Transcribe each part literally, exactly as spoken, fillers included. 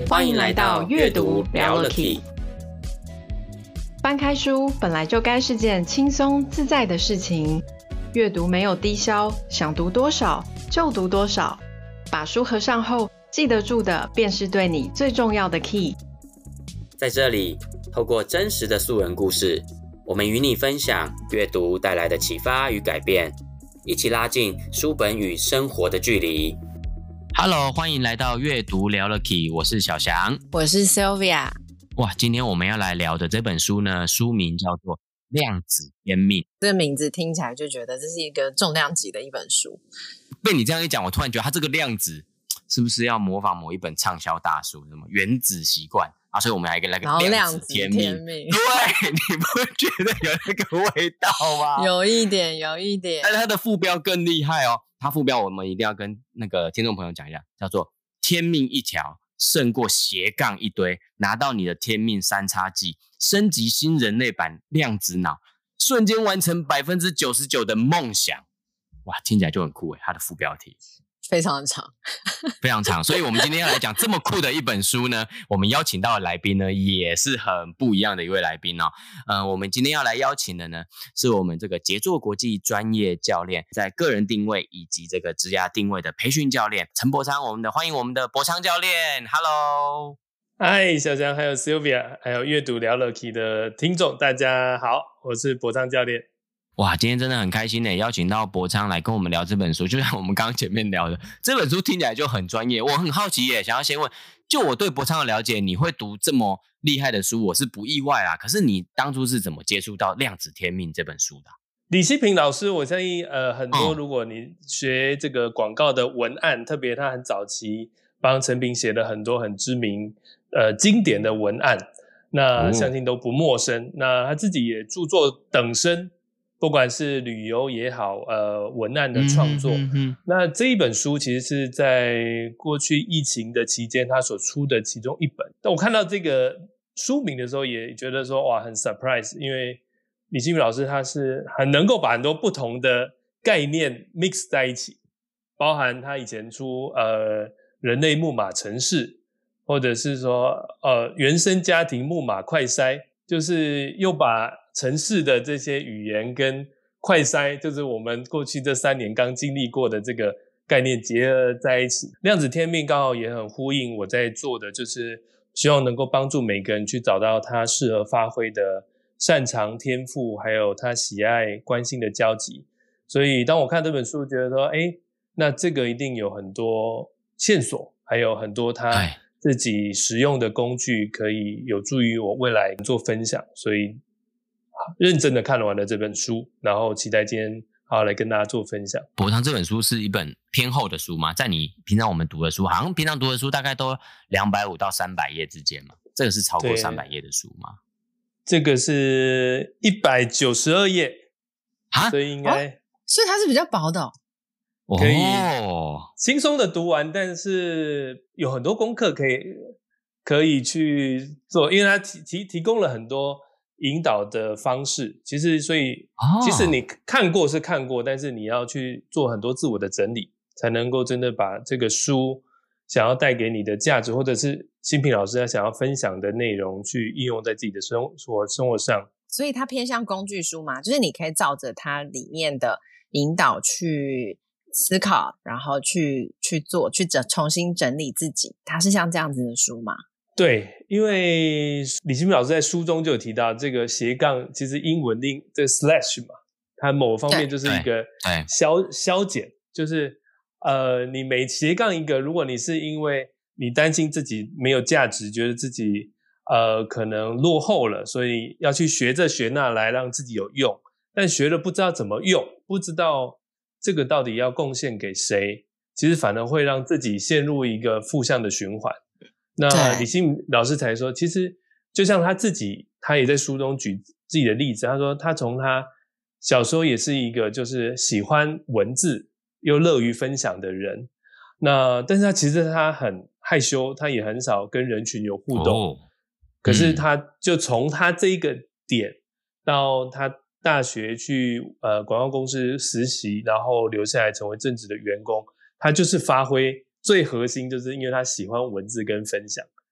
欢迎来到阅读聊了 Key。 翻开书本来就该是件轻松自在的事情，阅读没有低消，想读多少就读多少。把书合上后，记得住的便是对你最重要的 key。 在这里，透过真实的素人故事，我们与你分享阅读带来的启发与改变，一起拉近书本与生活的距离。Hello， 欢迎来到阅读聊了 Key， 我是小翔， 我是 Sylvia。 哇，今天我们要来聊的这本书呢，书名叫做《量子天命》。 这个名字听起来就觉得这是一个重量级的一本书。 被你这样一讲，我突然觉得它这个量子是不是要模仿某一本畅销大书，什么《原子习惯》啊？所以我们还来个量子天命。对，你不会觉得有那个味道吗？ 有一点，有一点。 但是它的副标更厉害哦。它副标我们一定要跟那个听众朋友讲一下，叫做“天命一条”。胜过斜杠一堆，拿到你的天命三叉戟，升级新人类版量子脑，瞬间完成 百分之九十九 的梦想。哇，听起来就很酷耶，它的副标题非常的长非常长，所以我们今天要来讲这么酷的一本书呢，我们邀请到的来宾呢也是很不一样的一位来宾哦。呃，我们今天要来邀请的呢是我们这个杰作国际专业教练，在个人定位以及这个职涯定位的培训教练陈博昌，我们的欢迎我们的博昌教练。 Hello， 嗨，小江还有 Sylvia 还有阅读聊了 Key 的听众大家好，我是博昌教练。 哇，今天真的很开心耶，邀请到博昌来跟我们聊这本书，就像我们刚刚前面聊的，这本书听起来就很专业。我很好奇耶，想要先问，就我对博昌的了解，你会读这么厉害的书，我是不意外啦。可是你当初是怎么接触到《量子天命》这本书的？ 李希平老师，我相信呃很多，如果你学这个广告的文案，嗯、特别他很早期帮陈平写了很多很知名呃经典的文案，那相信都不陌生。嗯、那他自己也著作等身。不管是旅游也好，呃，文案的创作，嗯哼嗯哼，那这一本书其实是在过去疫情的期间他所出的其中一本。但我看到这个书名的时候，也觉得说哇，很 surprise， 因为李希平老师他是很能够把很多不同的概念 mix 在一起，包含他以前出呃人类木马程式，或者是说呃原生家庭木马快筛，就是又把程式的这些语言跟快筛，就是我们过去这三年刚经历过的这个概念结合在一起。量子天命刚好也很呼应我在做的，就是希望能够帮助每个人去找到他适合发挥的擅长天赋，还有他喜爱关心的交集。所以当我看这本书，觉得说，诶，那这个一定有很多线索，还有很多他自己实用的工具，可以有助于我未来做分享。所以认真的看完了这本书，然后期待今天好好来跟大家做分享。 博昌这本书是一本偏厚的书吗？在你平常我们读的书，好像平常读的书大概都两百五十到三百页之间嘛，这个是超过三百页的书吗？ 这个是一百九十二页啊，所以应该、 哦、所以它是比较薄的、哦、 可以轻松的读完，但是有很多功课可以可以去做，因为它提提提供了很多引导的方式，其实所以、哦、其实你看过是看过，但是你要去做很多自我的整理，才能够真的把这个书想要带给你的价值，或者是新平老师他想要分享的内容去应用在自己的生活生活上。 所以它偏向工具书嘛，就是你可以照着它里面的引导去思考，然后去去做，去整重新整理自己，它是像这样子的书吗？ 对，因为李希平老师在书中就有提到这个斜杠，其实英文另这个 slash 嘛，它某方面就是一个消消减，就是呃，你每斜杠一个，如果你是因为你担心自己没有价值，觉得自己呃可能落后了，所以要去学这学那来让自己有用，但学了不知道怎么用，不知道这个到底要贡献给谁，其实反而会让自己陷入一个负向的循环。那李信老师才说，其实就像他自己，他也在书中举自己的例子，他说他从他小时候也是一个就是喜欢文字又乐于分享的人，那但是他其实他很害羞，他也很少跟人群有互动、哦、可是他就从他这一个点到他大学去呃广告公司实习，然后留下来成为正职的员工，他就是发挥最核心，就是因为他喜欢文字跟分享，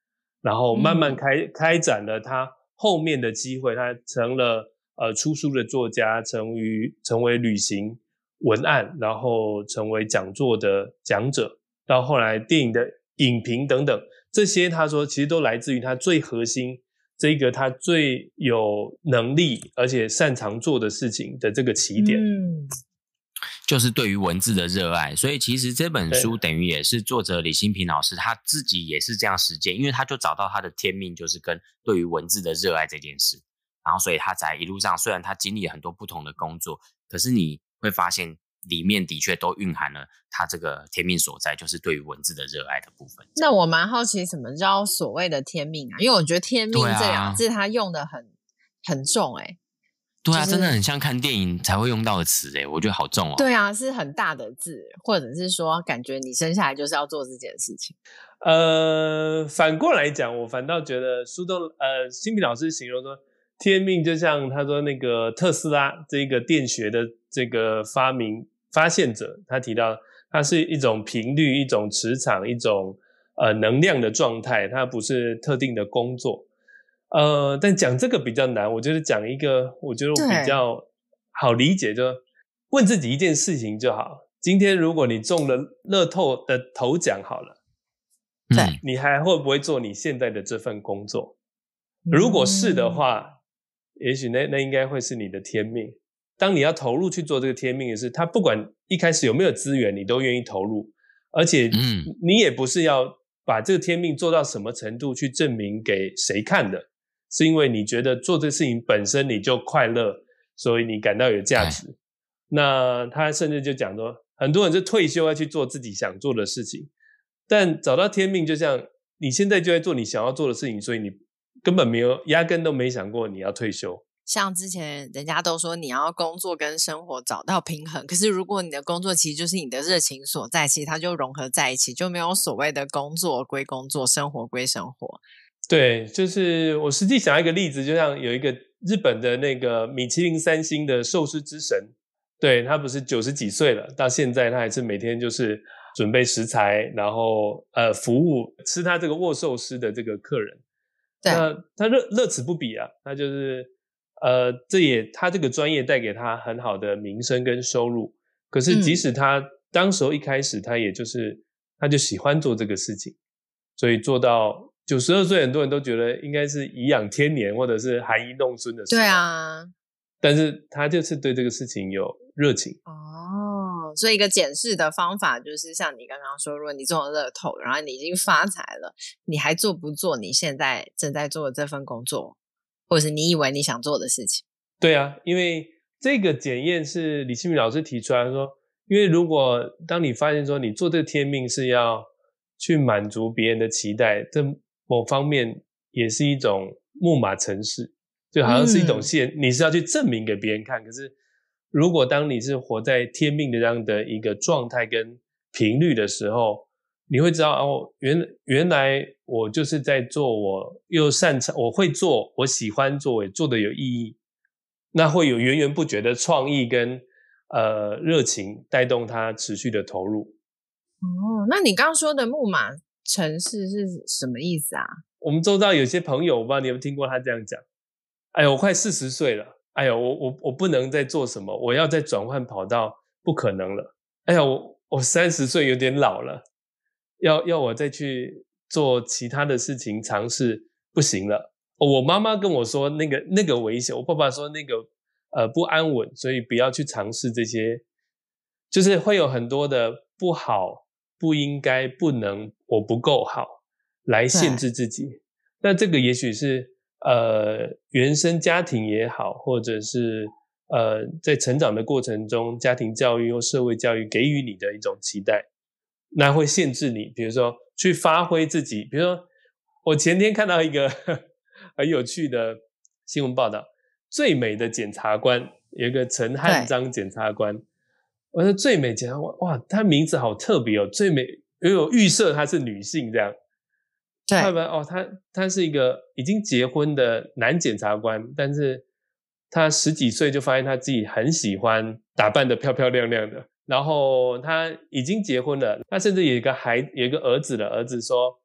然后慢慢开、嗯、开展了他后面的机会，他成了呃出书的作家，成为成为旅行文案，然后成为讲座的讲者，到后来电影的影评等等，这些他说其实都来自于他最核心这个他最有能力而且擅长做的事情的这个起点， 嗯， 就是对于文字的热爱。所以其实这本书等于也是作者李欣频老师他自己也是这样实践，因为他就找到他的天命就是跟对于文字的热爱这件事，然后所以他在一路上虽然他经历了很多不同的工作，可是你会发现里面的确都蕴含了他这个天命所在，就是对于文字的热爱的部分。 那我蛮好奇什么叫所谓的天命啊？因为我觉得天命这两个字他用的很、啊、很重哎、欸。 对啊、 就是， 真的很像看电影才会用到的词诶，我觉得好重哦。 对啊，是很大的字，或者是说感觉你生下来就是要做这件事情。 呃，反过来讲，我反倒觉得书中呃，欣频老师形容说，天命就像他说那个特斯拉这个电学的这个发明发现者，他提到它是一种频率、一种磁场、一种呃能量的状态，它不是特定的工作。呃，但讲这个比较难，我觉得讲一个我觉得我比较好理解，就问自己一件事情就好。今天如果你中了乐透的头奖好了， 对， 你还会不会做你现在的这份工作？如果是的话，嗯、也许那那应该会是你的天命。当你要投入去做这个天命的事，他不管一开始有没有资源，你都愿意投入，而且你也不是要把这个天命做到什么程度去证明给谁看的，是因为你觉得做这事情本身你就快乐，所以你感到有价值。那他甚至就讲说，很多人是退休要去做自己想做的事情，但找到天命就像你现在就在做你想要做的事情，所以你根本没有压根都没想过你要退休。 像之前人家都说你要工作跟生活找到平衡，可是如果你的工作其实就是你的热情所在，其实它就融合在一起，就没有所谓的工作归工作，生活归生活。 对，就是我实际想一个例子，就像有一个日本的那个米其林三星的寿司之神，对，他不是九十几岁了，到现在他还是每天就是准备食材，然后呃服务吃他这个握寿司的这个客人。 对， 那他乐乐此不疲啊，他就是呃这也他这个专业带给他很好的名声跟收入。可是即使他、嗯、当时候一开始他也就是他就喜欢做这个事情，所以做到九十二岁，很多人都觉得应该是颐养天年或者是含饴弄孙的时候。 对啊， 但是他就是对这个事情有热情。 哦，所以一个检视的方法就是像你刚刚说，如果你中了乐透，然后你已经发财了，你还做不做你现在正在做的这份工作，或者是你以为你想做的事情？ 对啊，因为这个检验是李欣频老师提出来说，因为如果当你发现说你做这个天命是要去满足别人的期待，这某方面也是一种木马程式，就好像是一种线、嗯、你是要去证明给别人看。可是如果当你是活在天命的这样的一个状态跟频率的时候，你会知道哦，原原来我就是在做我又擅长我会做我喜欢做也做得有意义，那会有源源不绝的创意跟呃热情带动它持续的投入。 哦，那你刚刚说的木马程式是什么意思啊？ 我们周遭有些朋友，我不知道你有没有听过他这样讲，哎呦我快四十岁了，哎呦我我我不能再做什么，我要再转换跑道不可能了，哎呀我我三十岁有点老了，要要我再去做其他的事情尝试不行了、哦、我妈妈跟我说那个那个危险，我爸爸说那个呃不安稳，所以不要去尝试这些，就是会有很多的不好不应该不能我不够好来限制自己。那这个也许是呃原生家庭也好，或者是呃在成长的过程中家庭教育或社会教育给予你的一种期待，那会限制你比如说去发挥自己。比如说我前天看到一个很有趣的新闻报道，最美的检察官有一个陈汉章检察官，我说最美检察官，哇他名字好特别哦，最美，因为我预设她是女性这样。 对， 哦，他他是一个已经结婚的男检察官，但是他十几岁就发现他自己很喜欢打扮得漂漂亮亮的，然后他已经结婚了，他甚至有一个孩有一个儿子了，儿子说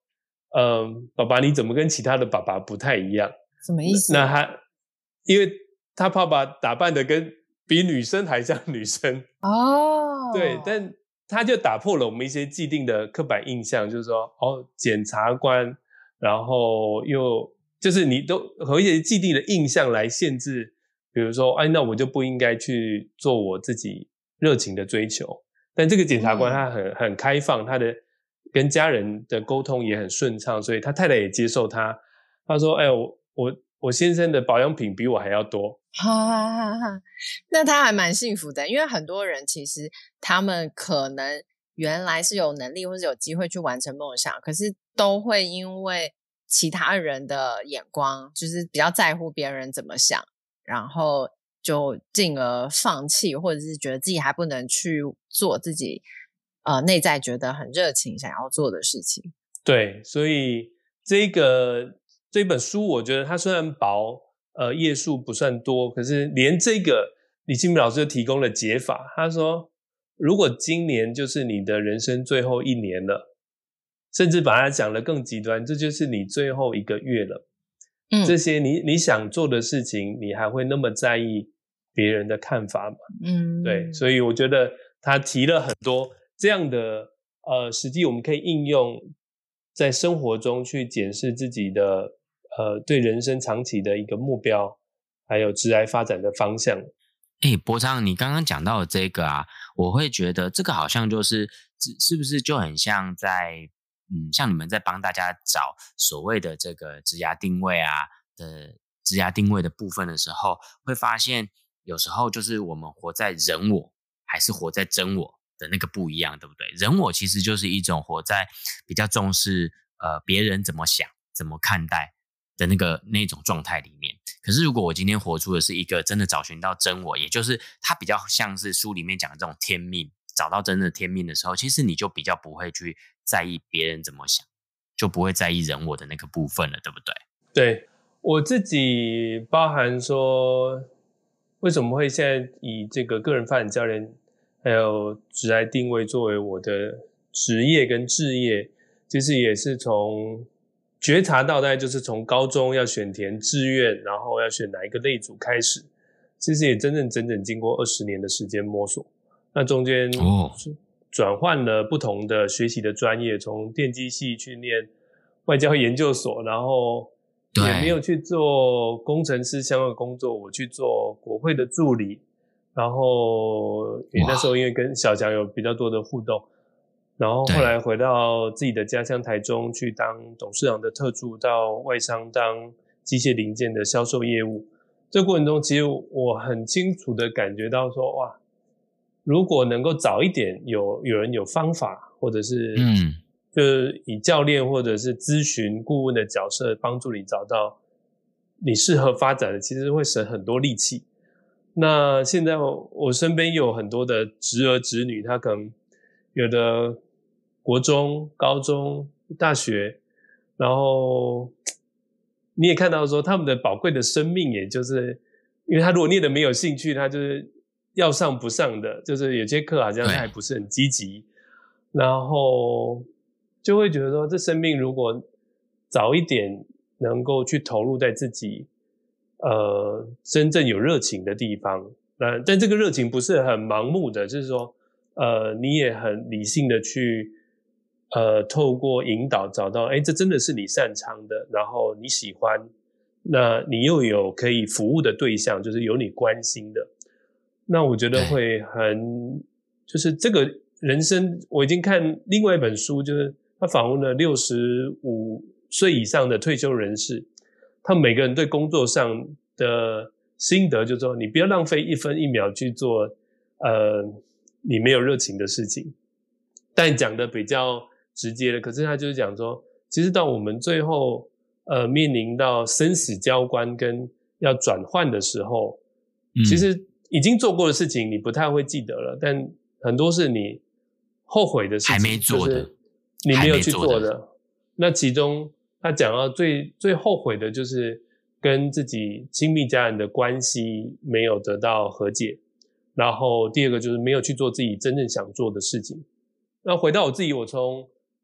嗯，爸爸你怎么跟其他的爸爸不太一样？ 什么意思？ 那他因为他爸爸打扮的跟比女生还像女生哦， 对，但他就打破了我们一些既定的刻板印象，就是说哦，检察官，然后又就是你都和一些既定的印象来限制，比如说，哎，那我就不应该去做我自己热情的追求。但这个检察官他很、嗯、很开放，他的跟家人的沟通也很顺畅，所以他太太也接受他。他说：“哎，我我我先生的保养品比我还要多。” 哈哈哈哈，那他还蛮幸福的，因为很多人其实他们可能原来是有能力或者有机会去完成梦想，可是都会因为其他人的眼光，就是比较在乎别人怎么想，然后就进而放弃，或者是觉得自己还不能去做自己呃内在觉得很热情想要做的事情。 对，所以这个这本书我觉得它虽然薄，呃页数不算多，可是连这个李清明老师就提供了解法。他说如果今年就是你的人生最后一年了，甚至把它讲得更极端，这就是你最后一个月了。嗯，这些你你想做的事情，你还会那么在意别人的看法吗？嗯，对，所以我觉得他提了很多这样的呃，实际我们可以应用在生活中去检视自己的呃对人生长期的一个目标，还有职业发展的方向。 哎，博昌，你刚刚讲到的这个啊，我会觉得这个好像就是是不是就很像在嗯，像你们在帮大家找所谓的这个职涯定位啊的职涯定位的部分的时候，会发现有时候就是我们活在人我还是活在真我的那个不一样，对不对？人我其实就是一种活在比较重视呃别人怎么想、怎么看待的那个那种状态里面。可是如果我今天活出的是一个真的找寻到真我，也就是它比较像是书里面讲的这种天命，找到真的天命的时候，其实你就比较不会去在意别人怎么想，就不会在意人我的那个部分了，对不对？ 对，我自己包含说为什么会现在以这个个人发展教练还有职业定位作为我的职业跟志业，其实也是从觉察到大概就是从高中要选填志愿，然后要选哪一个类组开始，其实也真正整整经过二十年的时间摸索。那中间转换了不同的学习的专业，从电机系去念外交研究所，然后也没有去做工程师相关的工作，我去做国会的助理，然后也那时候因为跟小强有比较多的互动，然后后来回到自己的家乡台中去当董事长的特助，到外商当机械零件的销售业务。这个过程中其实我很清楚的感觉到说，哇，如果能够早一点有有人有方法，或者是嗯，就是以教练或者是咨询顾问的角色帮助你找到你适合发展的，其实会省很多力气。那现在我身边有很多的侄儿侄女，他可能有的国中、高中、大学，然后你也看到说他们的宝贵的生命，也就是因为他如果念的没有兴趣，他就是要上不上的，就是有些课好像他还不是很积极，然后就会觉得说这生命如果早一点能够去投入在自己呃真正有热情的地方，那但这个热情不是很盲目的，就是说呃你也很理性的去呃透过引导找到诶这真的是你擅长的，然后你喜欢，那你又有可以服务的对象，就是有你关心的，那我觉得会很就是这个人生。我已经看另外一本书，就是他访问了六十五岁以上的退休人士，他们每个人对工作上的心得就是说，你不要浪费一分一秒去做呃你没有热情的事情。但讲的比较直接的，可是他就是讲说，其实到我们最后呃面临到生死交关跟要转换的时候，嗯，其实已经做过的事情你不太会记得了，但很多是你后悔的事情， 还没做的， 就是你没有去做的。那其中他讲到最最后悔的就是跟自己亲密家人的关系没有得到和解，然后第二个就是没有去做自己真正想做的事情。那回到我自己，我从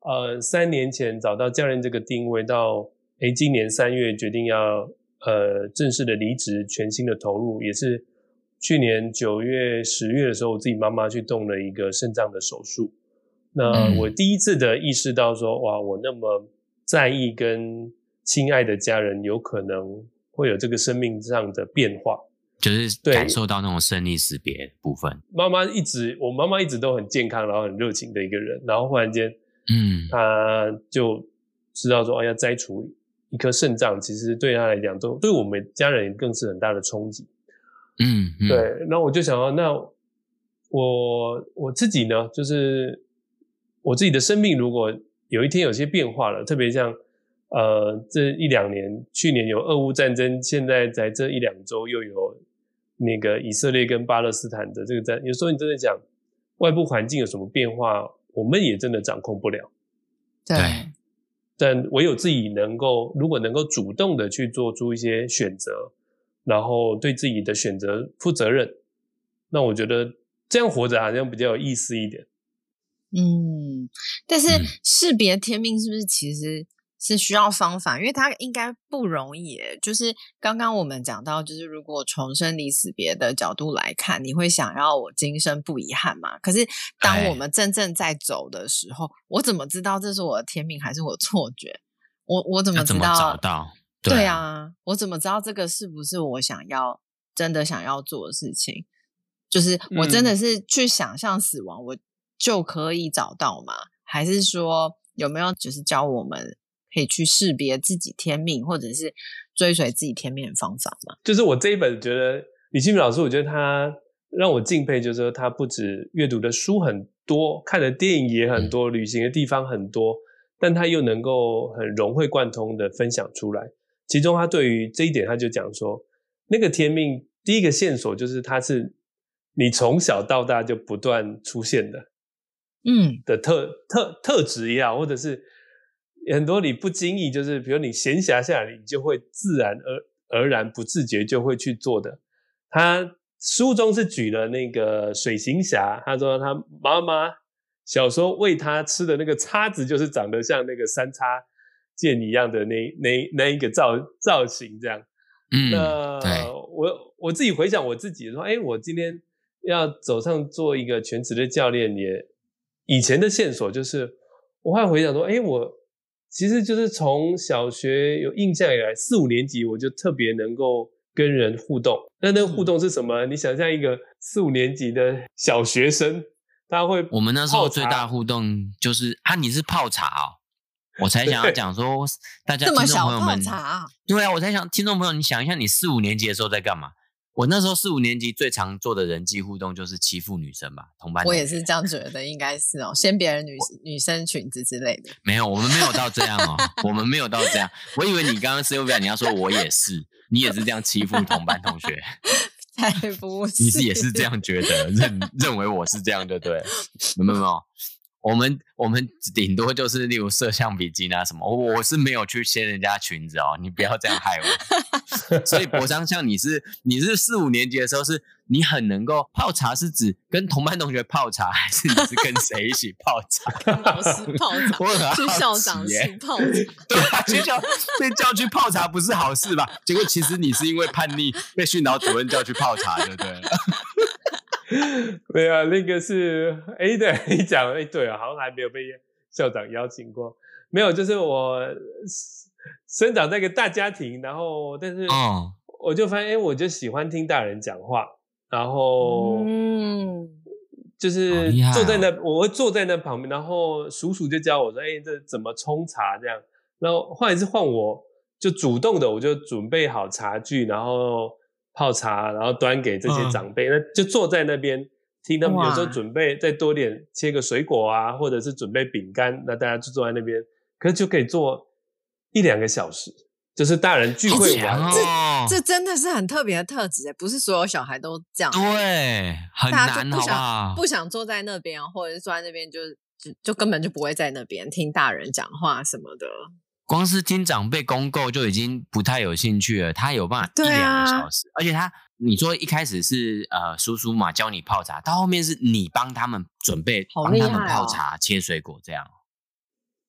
呃三年前找到教练这个定位，到诶今年三月决定要呃正式的离职，全新的投入，也是去年九月十月的时候，我自己妈妈去动了一个肾脏的手术。那我第一次的意识到说，哇，我那么在意跟亲爱的家人有可能会有这个生命上的变化， 就是感受到那种生离死别的部分。 妈妈一直，我妈妈一直都很健康，然后很热情的一个人，然后忽然间， 嗯， 她就知道说，哦，要摘除一颗肾脏，其实对她来讲，都对我们家人更是很大的冲击。 嗯，嗯对，然后我就想到，那我我自己呢，就是我自己的生命，如果有一天有些变化了，特别像呃这一两年，去年有俄乌战争，现在在这一两周又有那个以色列跟巴勒斯坦的这个战，有时候你真的讲外部环境有什么变化，我们也真的掌控不了。 对， 但唯有自己能够，如果能够主动的去做出一些选择，然后对自己的选择负责任，那我觉得这样活着好像比较有意思一点。 嗯，但是嗯识别天命是不是其实是需要方法？因为它应该不容易耶。就是刚刚我们讲到，就是如果从生离死别的角度来看，你会想要我今生不遗憾嘛？可是当我们真正在走的时候，我怎么知道这是我的天命还是我错觉？我我怎么知道？ 要怎么找到？ 对啊， 对啊， 我怎么知道这个是不是我想要真的想要做的事情？就是我真的是去想象死亡，我就可以找到吗？还是说有没有就是教我们可以去识别自己天命，或者是追随自己天命的方法吗？ 就是我这一本觉得李清明老师，我觉得他让我敬佩，就是说他不止阅读的书很多，看的电影也很多，旅行的地方很多，但他又能够很融会贯通的分享出来。其中他对于这一点，他就讲说，那个天命第一个线索就是它是你从小到大就不断出现的， 嗯的特特特质也好，或者是很多你不经意，就是比如你闲暇下来，你就会自然而而然不自觉就会去做的。他书中是举了那个水行侠，他说他妈妈小时候喂他吃的那个叉子，就是长得像那个三叉剑一样的那那那一个造造型这样。 嗯， 那对， 我我自己回想我自己说，哎，我今天要走上做一个全职的教练，也以前的线索就是，我还回想说，哎，我其实就是从小学有印象以来，四五年级我就特别能够跟人互动。那那个互动是什么？你想象一个四五年级的小学生，他会我们那时候最大互动就是啊，你是泡茶哦。我才想要讲说，大家听众朋友们，对啊，我才想听众朋友，你想一下，你四五年级的时候在干嘛？我那时候四五年级最常做的人际互动就是欺负女生吧，同班同学。 我也是这样觉得，应该是哦，掀别人女女生裙子之类的。 没有，我们没有到这样哦，我们没有到这样。我以为你刚刚是又表你要说我也是，你也是这样欺负同班同学。 才不是， 你是也是这样觉得，认认为我是这样，对不对？没有没有。我们我们顶多就是例如射橡皮筋啊什么，我我是没有去掀人家裙子哦，你不要这样害我。所以博商像你是你是四五年级的时候，是你很能够泡茶，是指跟同班同学泡茶，还是你是跟谁一起泡茶？ 跟老师泡茶， 我很好奇耶， 去校长室泡茶。 对啊，去校被叫去泡茶不是好事吧？结果其实你是因为叛逆被训导主任叫去泡茶，对不对？ 对啊，那个是哎，对你讲哎，对啊，好像还没有被校长邀请过。没有，就是我生长在一个大家庭，然后但是我就发现，哎，我就喜欢听大人讲话，然后嗯，就是坐在那，哦、我会坐在那旁边，然后叔叔就教我说，哎，这怎么冲茶这样。然后后来是换我就主动的，我就准备好茶具，然后泡茶，然后端给这些长辈，嗯、那就坐在那边听他们。有时候准备再多点切个水果啊，或者是准备饼干，那大家就坐在那边，可是就可以坐一两个小时，就是大人聚会玩。 哦、 这这真的是很特别的特质，不是所有小孩都这样。 对，很难，好不好？ 不想坐在那边，或者是坐在那边就就就根本就不会在那边听大人讲话什么的。 光是听长辈公购就已经不太有兴趣了，他有办法一两个小时，啊、而且他你说一开始是呃叔叔嘛教你泡茶，到后面是你帮他们准备，帮他们泡茶、哦、切水果这样。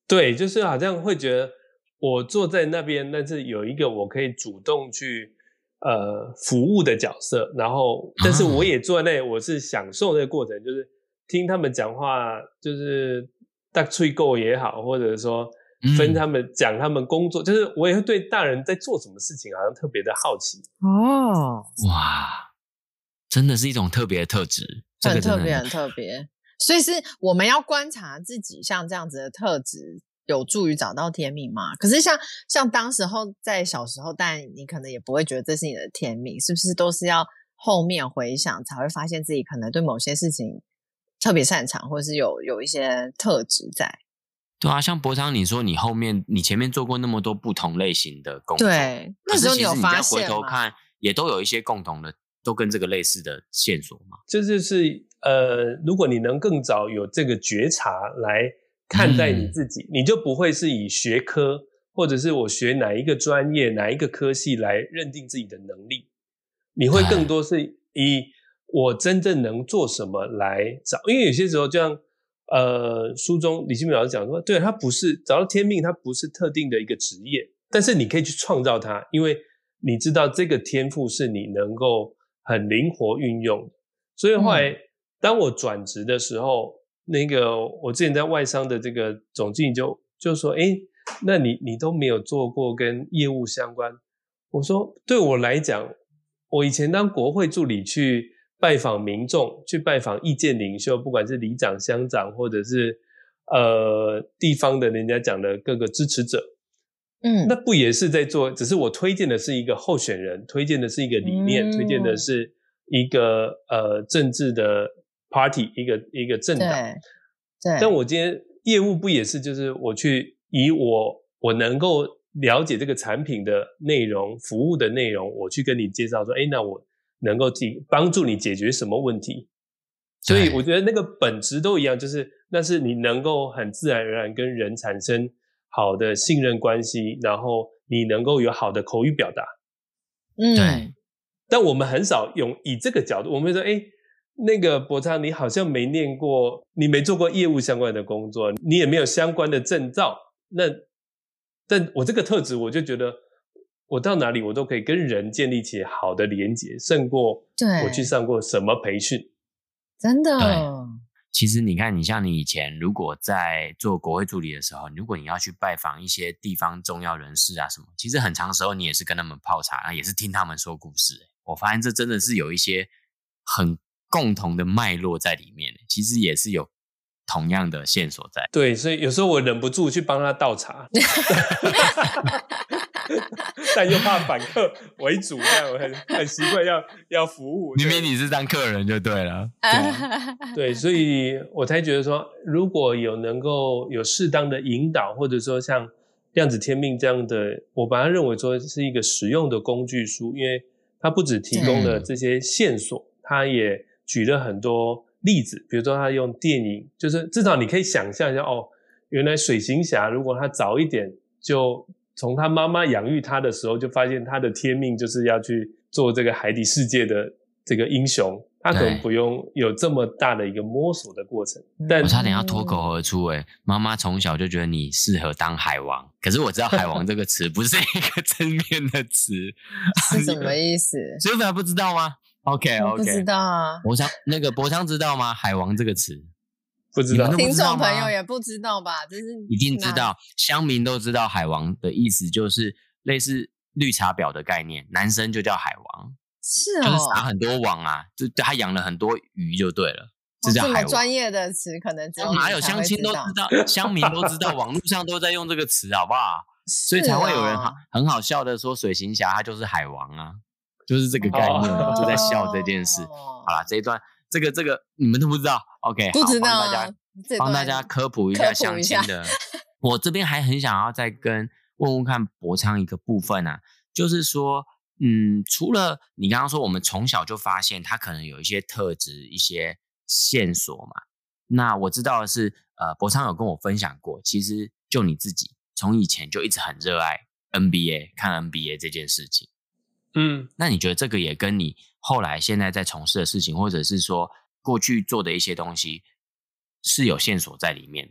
对，就是好像会觉得我坐在那边，但是有一个我可以主动去呃服务的角色，然后但是我也坐在那里，我是享受那个过程，就是听他们讲话，就是大吹够也好，或者说分他们讲他们工作，嗯、就是我也会对大人在做什么事情好像特别的好奇。 哦， 哇，真的是一种特别的特质， 很特别，很特别。所以是我们要观察自己像这样子的特质，有助于找到天命吗？可是像像当时候在小时候，但你可能也不会觉得这是你的天命，是不是都是要后面回想才会发现自己可能对某些事情特别擅长，或是有有一些特质在？ 对啊，像博昌你说你后面你前面做过那么多不同类型的工作， 对，那时候你有发现吗？ 可是其实你再回头看也都有一些共同的，都跟这个类似的线索嘛。 这就是呃，如果你能更早有这个觉察来看待你自己，嗯、你就不会是以学科或者是我学哪一个专业哪一个科系来认定自己的能力，你会更多是以我真正能做什么来找。因为有些时候就像呃书中李新民老师讲说，对，他不是找到天命，他不是特定的一个职业，但是你可以去创造它，因为你知道这个天赋是你能够很灵活运用的。所以后来、嗯、当我转职的时候，那个我之前在外商的这个总经理就就说，诶，那你你都没有做过跟业务相关。我说对我来讲，我以前当国会助理去拜访民众，去拜访意见领袖，不管是里长乡长或者是呃地方的人家讲的各个支持者，嗯，那不也是在做，只是我推荐的是一个候选人，推荐的是一个理念、嗯、推荐的是一个呃政治的 party， 一个一个政党。对，对。但我今天业务不也是，就是我去以我我能够了解这个产品的内容、服务的内容，我去跟你介绍说，诶，那我能够帮助你解决什么问题。所以我觉得那个本质都一样，就是那是你能够很自然而然跟人产生好的信任关系，然后你能够有好的口语表达。 嗯，对。 但我们很少用以这个角度，我们会说，诶，那个博昌，你好像没念过，你没做过业务相关的工作，你也没有相关的证照。那但我这个特质，我就觉得我到哪里我都可以跟人建立起好的连结，胜过我去上过什么培训。 真的。 对，其实你看，你像你以前如果在做国会助理的时候，如果你要去拜访一些地方重要人士啊什么，其实很长时候你也是跟他们泡茶，也是听他们说故事。我发现这真的是有一些很共同的脉络在里面，其实也是有同样的线索在。 对，所以有时候我忍不住去帮他倒茶但又怕反客为主，这样我很很习惯要要服务。 明明你是当客人就对了。 对, 对，所以我才觉得说，如果有能够有适当的引导，或者说像量子天命这样的，我把它认为说是一个实用的工具书，因为它不只提供了这些线索，它也举了很多例子，比如说他用电影，就是至少你可以想象一下，哦，原来水行侠如果他早一点就从他妈妈养育他的时候就发现他的天命就是要去做这个海底世界的这个英雄，他可能不用有这么大的一个摸索的过程。但我差点要脱口而出，诶，妈妈从小就觉得你适合当海王，可是我知道海王这个词不是一个正面的词是什么意思？ 所以还不知道吗？OK OK， 不知道啊。 博昌那个博昌知道吗？海王这个词不知道， 听众朋友也不知道吧？这是一定知道，乡民都知道。海王的意思就是类似绿茶婊的概念，男生就叫海王， 是哦， 就是撒很多网啊，就他养了很多鱼就对了，这叫海王。 这么专业的词，可能只有哪有乡亲都知道，乡民都知道，网络上都在用这个词，好不好？所以才会有人好很好笑的说水行侠他就是海王啊。就是这个概念，哦、就在笑这件事。哦、好啦，这一段这个这个你们都不知道 ，OK？ 不知道， 帮大家帮大家科普一下相亲的。我这边还很想要再跟问问看博昌一个部分啊，就是说，嗯，除了你刚刚说我们从小就发现他可能有一些特质、一些线索嘛，那我知道的是，呃，博昌有跟我分享过，其实就你自己从以前就一直很热爱 N B A 看 N B A 这件事情。嗯，那你觉得这个也跟你后来现在在从事的事情，或者是说过去做的一些东西是有线索在里面的吗？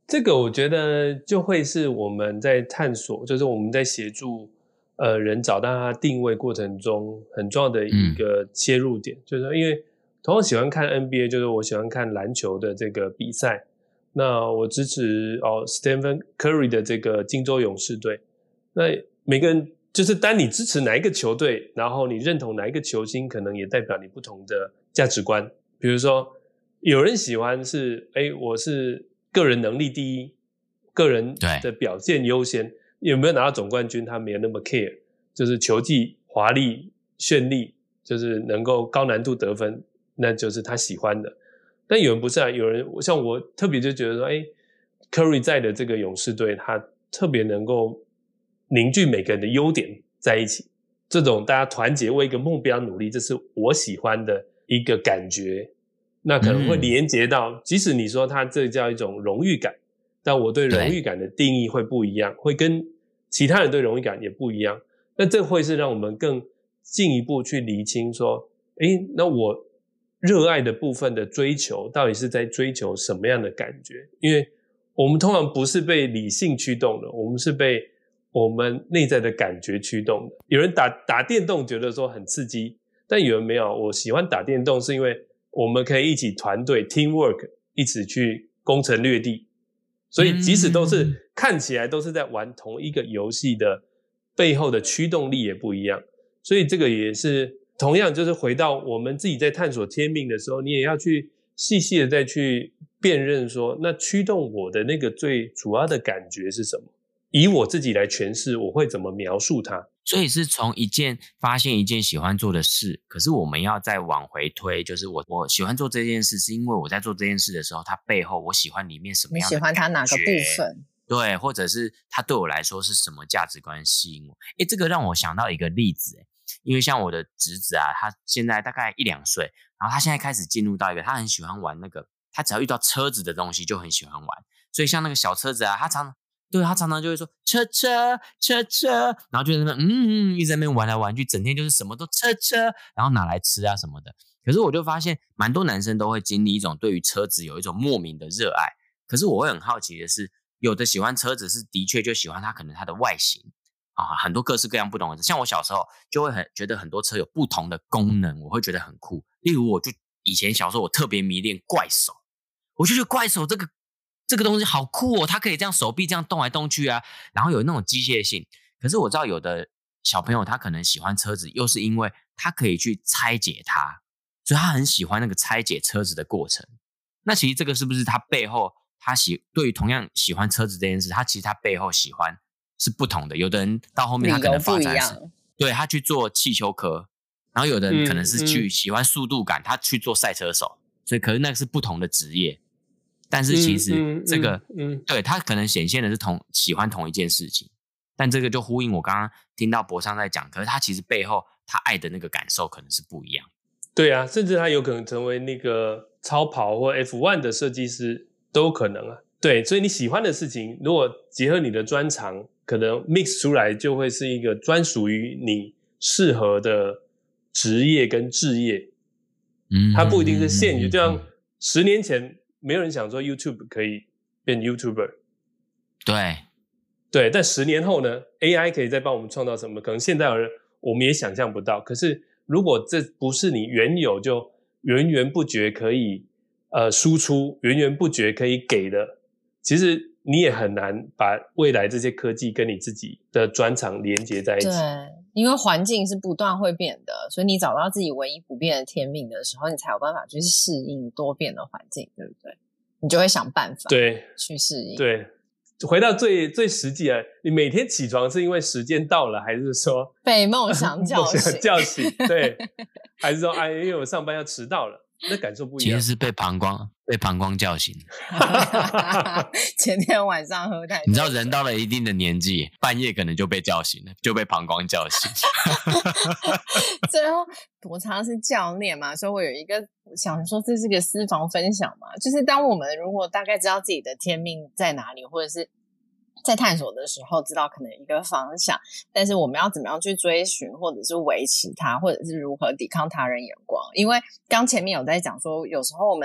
这个我觉得就会是我们在探索，就是我们在协助呃人找到他定位过程中很重要的一个切入点，嗯、就是说因为同样喜欢看 N B A， 就是我喜欢看篮球的这个比赛，那我支持哦 Stephen Curry 的这个金州勇士队，那每个人就是当你支持哪一个球队，然后你认同哪一个球星，可能也代表你不同的价值观。比如说有人喜欢是诶我是个人能力第一，个人的表现优先，有没有拿到总冠军他没有那么 care， 就是球技华丽绚丽，就是能够高难度得分，那就是他喜欢的。但有人不是啊，有人像我特别就觉得说诶 Curry 在的这个勇士队他特别能够凝聚每个人的优点在一起，这种大家团结为一个目标努力，这是我喜欢的一个感觉。那可能会连结到、嗯、即使你说它这叫一种荣誉感，但我对荣誉感的定义会不一样，会跟其他人对荣誉感也不一样。那这会是让我们更进一步去厘清说诶那我热爱的部分的追求到底是在追求什么样的感觉，因为我们通常不是被理性驱动的，我们是被我们内在的感觉驱动的。有人打打电动觉得说很刺激，但有人没有，我喜欢打电动是因为我们可以一起团队 teamwork 一起去攻城略地，所以即使都是看起来都是在玩同一个游戏的背后的驱动力也不一样。所以这个也是同样就是回到我们自己在探索天命的时候，你也要去细细的再去辨认说那驱动我的那个最主要的感觉是什么，以我自己来诠释我会怎么描述它。 所以是从一件发现一件喜欢做的事，可是我们要再往回推，就是我我喜欢做这件事是因为我在做这件事的时候它背后我喜欢里面什么样的感觉， 你喜欢它哪个部分， 对，或者是它对我来说是什么价值观吸引我。诶，这个让我想到一个例子，诶因为像我的侄子啊，他现在大概一两岁，然后他现在开始进入到一个他很喜欢玩那个，他只要遇到车子的东西就很喜欢玩，所以像那个小车子啊，他常对他常常就会说车车车车，然后就在那边嗯嗯一直在那边玩来玩去，整天就是什么都车车，然后拿来吃啊什么的。可是我就发现蛮多男生都会经历一种对于车子有一种莫名的热爱，可是我会很好奇的是，有的喜欢车子是的确就喜欢它可能它的外形啊，很多各式各样不同的，像我小时候就会很觉得很多车有不同的功能，我会觉得很酷。例如我就以前小时候我特别迷恋怪手，我就觉得怪手这个这个东西好酷哦，它可以这样手臂这样动来动去啊，然后有那种机械性。可是我知道有的小朋友他可能喜欢车子，又是因为他可以去拆解它，所以他很喜欢那个拆解车子的过程。那其实这个是不是他背后他喜对于同样喜欢车子这件事，他其实他背后喜欢是不同的。有的人到后面他可能发展是对他去做汽修科，然后有的人可能是去喜欢速度感，嗯嗯、他去做赛车手，所以可是那个是不同的职业。但是其实这个、嗯嗯嗯、对他可能显现的是同喜欢同一件事情，但这个就呼应我刚刚听到博尚在讲，可是他其实背后他爱的那个感受可能是不一样。 对啊，甚至他有可能成为那个超跑或 F 一 的设计师都有可能啊。对，所以你喜欢的事情如果结合你的专长，可能 mix 出来就会是一个专属于你适合的职业跟志业。嗯，它不一定是限于，就像十年前没有人想说 YouTube 可以变 YouTuber， 对对，但十年后呢 A I 可以再帮我们创造什么，可能现在有人我们也想象不到。可是如果这不是你原有就源源不绝可以呃输出，源源不绝可以给的，其实你也很难把未来这些科技跟你自己的专长连接在一起。 对，因为环境是不断会变的，所以你找到自己唯一不变的天命的时候，你才有办法去适应多变的环境，对不对？你就会想办法对去适应。 对，回到最最实际的，你每天起床是因为时间到了，还是说被梦想叫醒？ 叫醒，对，还是说哎，因为我上班要迟到了？那感受不一样， 其实是被膀胱被膀胱叫醒。 前天晚上喝太多， 你知道人到了一定的年纪，半夜可能就被叫醒了，就被膀胱叫醒。 最后我常常是教练嘛，所以我有一个想说这是个私房分享嘛，就是当我们如果大概知道自己的天命在哪里，或者是在探索的时候知道可能一个方向，但是我们要怎么样去追寻或者是维持它，或者是如何抵抗他人眼光。因为刚前面有在讲说有时候我们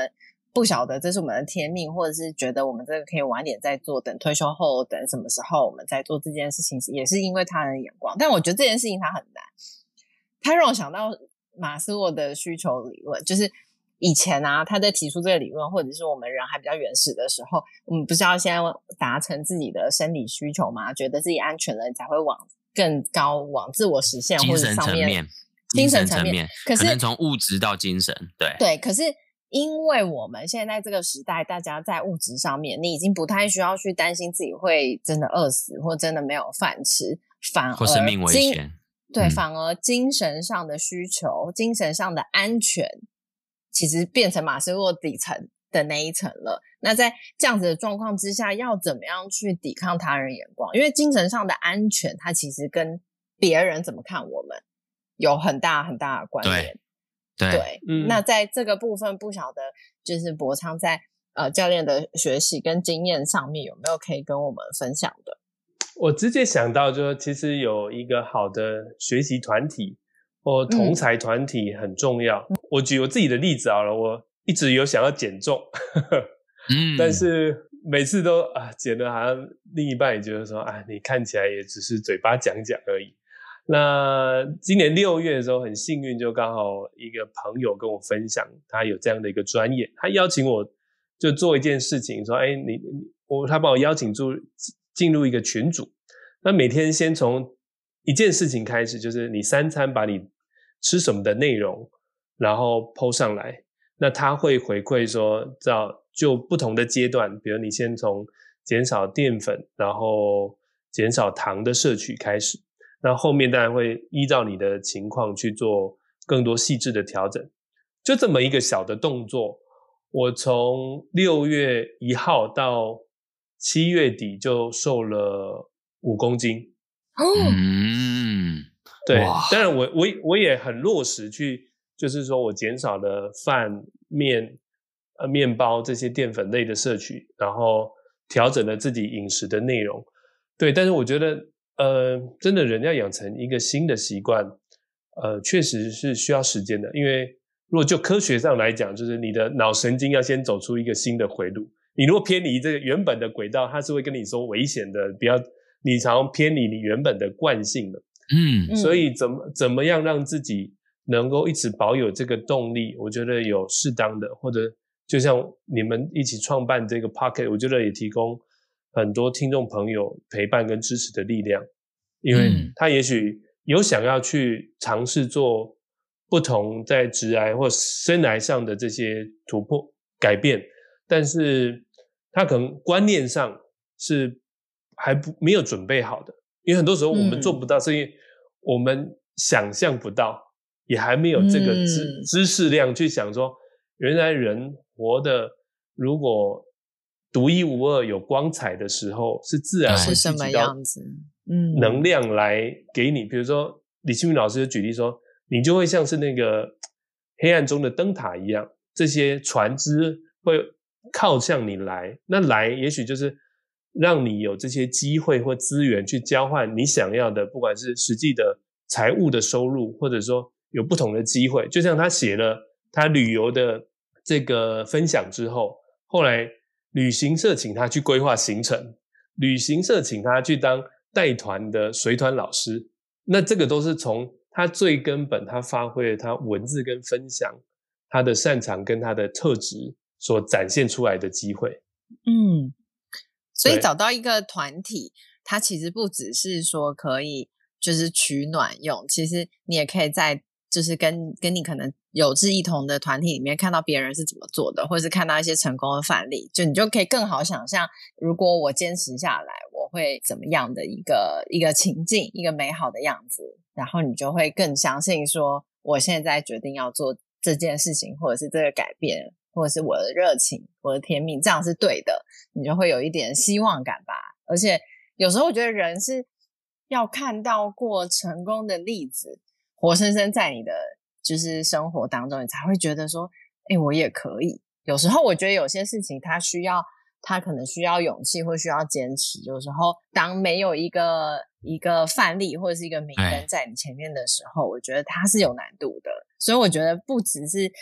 不晓得这是我们的天命，或者是觉得我们这个可以晚点再做，等退休后等什么时候我们再做这件事情，也是因为他人的眼光。但我觉得这件事情它很难，它让我想到马斯洛的需求理论，就是以前啊他在提出这个理论，或者是我们人还比较原始的时候，我们不是要先达成自己的生理需求吗？觉得自己安全了，你才会往更高往自我实现，或者上面精神层面， 可是可能从物质到精神，对对，可是因为我们现在这个时代，大家在物质上面，你已经不太需要去担心自己会真的饿死，或真的没有饭吃，反而或生命危险。 对、 嗯， 反而精神上的需求，精神上的安全，其实变成马斯洛底层的那一层了。那在这样子的状况之下，要怎么样去抵抗他人眼光？因为精神上的安全，它其实跟别人怎么看我们有很大很大的关联。 对，对对、嗯，那在这个部分，不晓得就是博昌在呃教练的学习跟经验上面有没有可以跟我们分享的？ 我直接想到就是其实有一个好的学习团体或同才团体很重要、嗯、我举我自己的例子好了，我一直有想要减重嗯，但是每次都啊减了，好像另一半也觉得说啊你看起来也只是嘴巴讲讲而已。那今年六月的时候很幸运，就刚好一个朋友跟我分享他有这样的一个专业，他邀请我就做一件事情，说哎你我他把我邀请住进入一个群组，那每天先从一件事情开始，就是你三餐把你吃什么的内容然后 po 上来，那他会回馈说就不同的阶段，比如你先从减少淀粉然后减少糖的摄取开始，那后面当然会依照你的情况去做更多细致的调整。就这么一个小的动作，我从六月一号到七月底就瘦了五公斤。 嗯， 对，当然我我我也很落实去，就是说我减少了饭、面、呃面包这些淀粉类的摄取，然后调整了自己饮食的内容。对，但是我觉得呃，真的人要养成一个新的习惯，呃，确实是需要时间的。因为如果就科学上来讲，就是你的脑神经要先走出一个新的回路。你如果偏离这个原本的轨道，它是会跟你说危险的，不要你常常偏离你原本的惯性的。嗯，所以怎么怎么样让自己能够一直保有这个动力，我觉得有适当的，或者就像你们一起创办这个 Pocket， 我觉得也提供很多听众朋友陪伴跟支持的力量，因为他也许有想要去尝试做不同在职涯或生涯上的这些突破改变，但是他可能观念上是还不没有准备好的，因为很多时候我们做不到，是因为我们想象不到，也还没有这个知、嗯、知识量去想说，原来人活的如果独一无二有光彩的时候，是自然会聚集到能量来给你。比如说李庆云老师就举例说，你就会像是那个黑暗中的灯塔一样，这些船只会靠向你来，那来也许就是让你有这些机会或资源去交换你想要的，不管是实际的财务的收入，或者说有不同的机会。就像他写了他旅游的这个分享之后，后来旅行社请他去规划行程，旅行社请他去当带团的随团老师，那这个都是从他最根本他发挥了他文字跟分享他的擅长跟他的特质所展现出来的机会。 嗯，所以找到一个团体，它其实不只是说可以就是取暖用，其实你也可以在就是跟跟你可能有志一同的团体里面看到别人是怎么做的，或是看到一些成功的范例，就你就可以更好想象，如果我坚持下来，我会怎么样的一个一个情境，一个美好的样子，然后你就会更相信说，我现在决定要做这件事情，或者是这个改变，或者是我的热情，我的天命，这样是对的，你就会有一点希望感吧。而且有时候我觉得人是要看到过成功的例子活生生在你的就是生活当中，你才会觉得说诶我也可以。有时候我觉得有些事情它需要它可能需要勇气或需要坚持，有时候当没有一个一个范例或者是一个明灯在你前面的时候，我觉得它是有难度的。所以我觉得不只是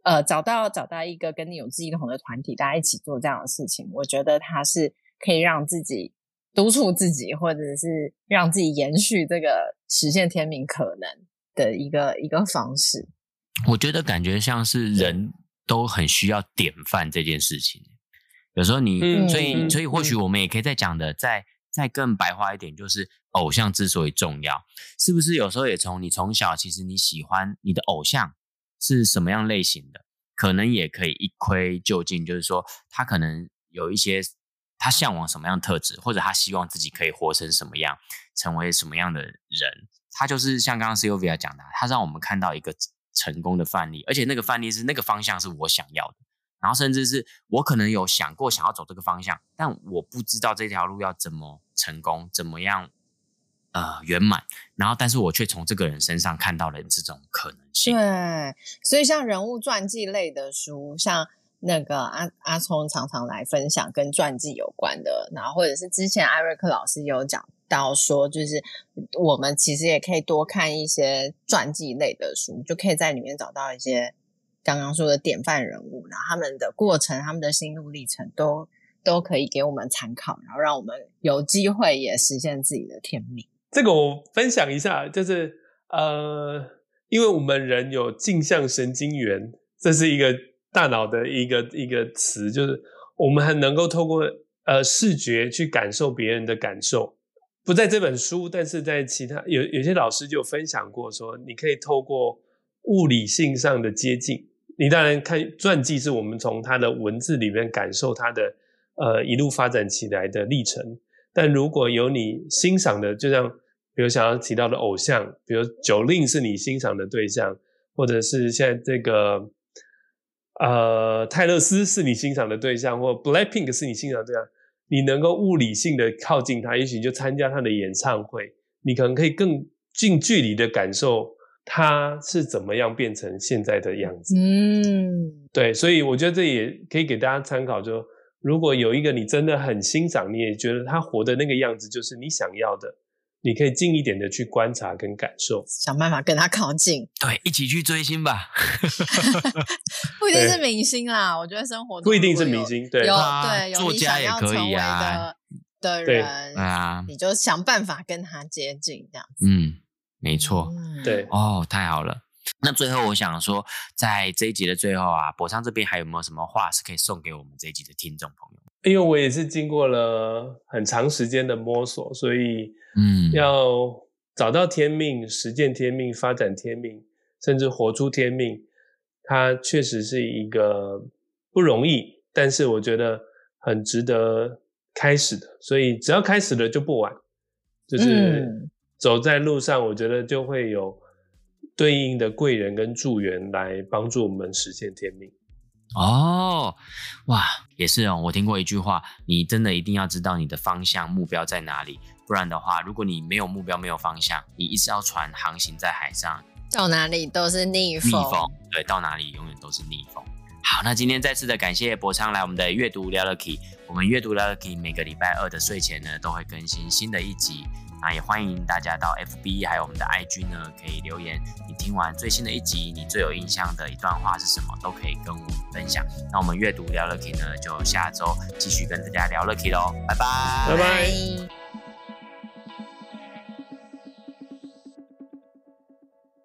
呃找到找到一个跟你有志一同的团体，大家一起做这样的事情，我觉得它是可以让自己督促自己，或者是让自己延续这个实现天命可能的一个一个方式。 我觉得感觉像是人都很需要典范这件事情。有时候你，嗯、所以所以或许我们也可以再讲的，再再更白话一点，就是偶像之所以重要，是不是有时候也从你从小其实你喜欢你的偶像是什么样类型的，可能也可以一窥究竟，就是说他可能有一些他向往什么样的特质，或者他希望自己可以活成什么样，成为什么样的人。他就是像刚刚 Sylvia 讲的，他让我们看到一个成功的范例，而且那个范例是那个方向是我想要的。然后甚至是我可能有想过想要走这个方向，但我不知道这条路要怎么成功，怎么样呃圆满，然后但是我却从这个人身上看到了这种可能性。 对，所以像人物传记类的书，像那个阿阿聪常常来分享跟传记有关的，然后或者是之前艾瑞克老师有讲到说，就是我们其实也可以多看一些传记类的书，就可以在里面找到一些刚刚说的典范人物，然后他们的过程，他们的心路历程都都可以给我们参考，然后让我们有机会也实现自己的天命。 这个我分享一下，就是呃，因为我们人有镜像神经元，这是一个大脑的一个一个词，就是我们很能够透过呃视觉去感受别人的感受。不在这本书，但是在其他有有些老师就分享过说，你可以透过物理性上的接近。你当然看传记是我们从他的文字里面感受他的呃一路发展起来的历程，但如果有你欣赏的，就像比如想要提到的偶像，比如九令是你欣赏的对象，或者是现在这个呃泰勒斯是你欣赏的对象，或 Blackpink 是你欣赏的对象，你能够物理性的靠近他，也许就参加他的演唱会，你可能可以更近距离的感受他是怎么样变成现在的样子。嗯，对，所以我觉得这也可以给大家参考，就如果有一个你真的很欣赏，你也觉得他活的那个样子就是你想要的，你可以近一点的去观察跟感受， 想办法跟他靠近。 对，一起去追星吧。 不一定是明星啦，我觉得生活中不一定是明星，对， 有对有你想要成为的的人， 啊， 你就想办法跟他接近，这样子。 嗯，没错， 嗯、 对， 哦，太好了。那最后我想说，在这一集的最后啊，博昌这边还有没有什么话是可以送给我们这一集的听众朋友？ 因为我也是经过了很长时间的摸索，所以嗯，要找到天命、实践天命、发展天命，甚至活出天命，它确实是一个不容易，但是我觉得很值得开始的。所以只要开始了就不晚，就是走在路上，我觉得就会有对应的贵人跟助缘来帮助我们实现天命。 哦，哇，也是哦。我听过一句话，你真的一定要知道你的方向目标在哪里，不然的话，如果你没有目标没有方向，你一艘船航行在海上， 到哪里都是逆风。 逆风，对，到哪里永远都是逆风。好，那今天再次的感谢博昌来我们的阅读聊了 Key。我们阅读聊了 Key 每个礼拜二的睡前呢，都会更新新的一集。那也欢迎大家到 F B 还有我们的 I G 呢，可以留言你听完最新的一集，你最有印象的一段话是什么，都可以跟我们分享。那我们阅读聊了 Key 呢，就下周继续跟大家聊了 Key 咯，拜拜， 拜拜。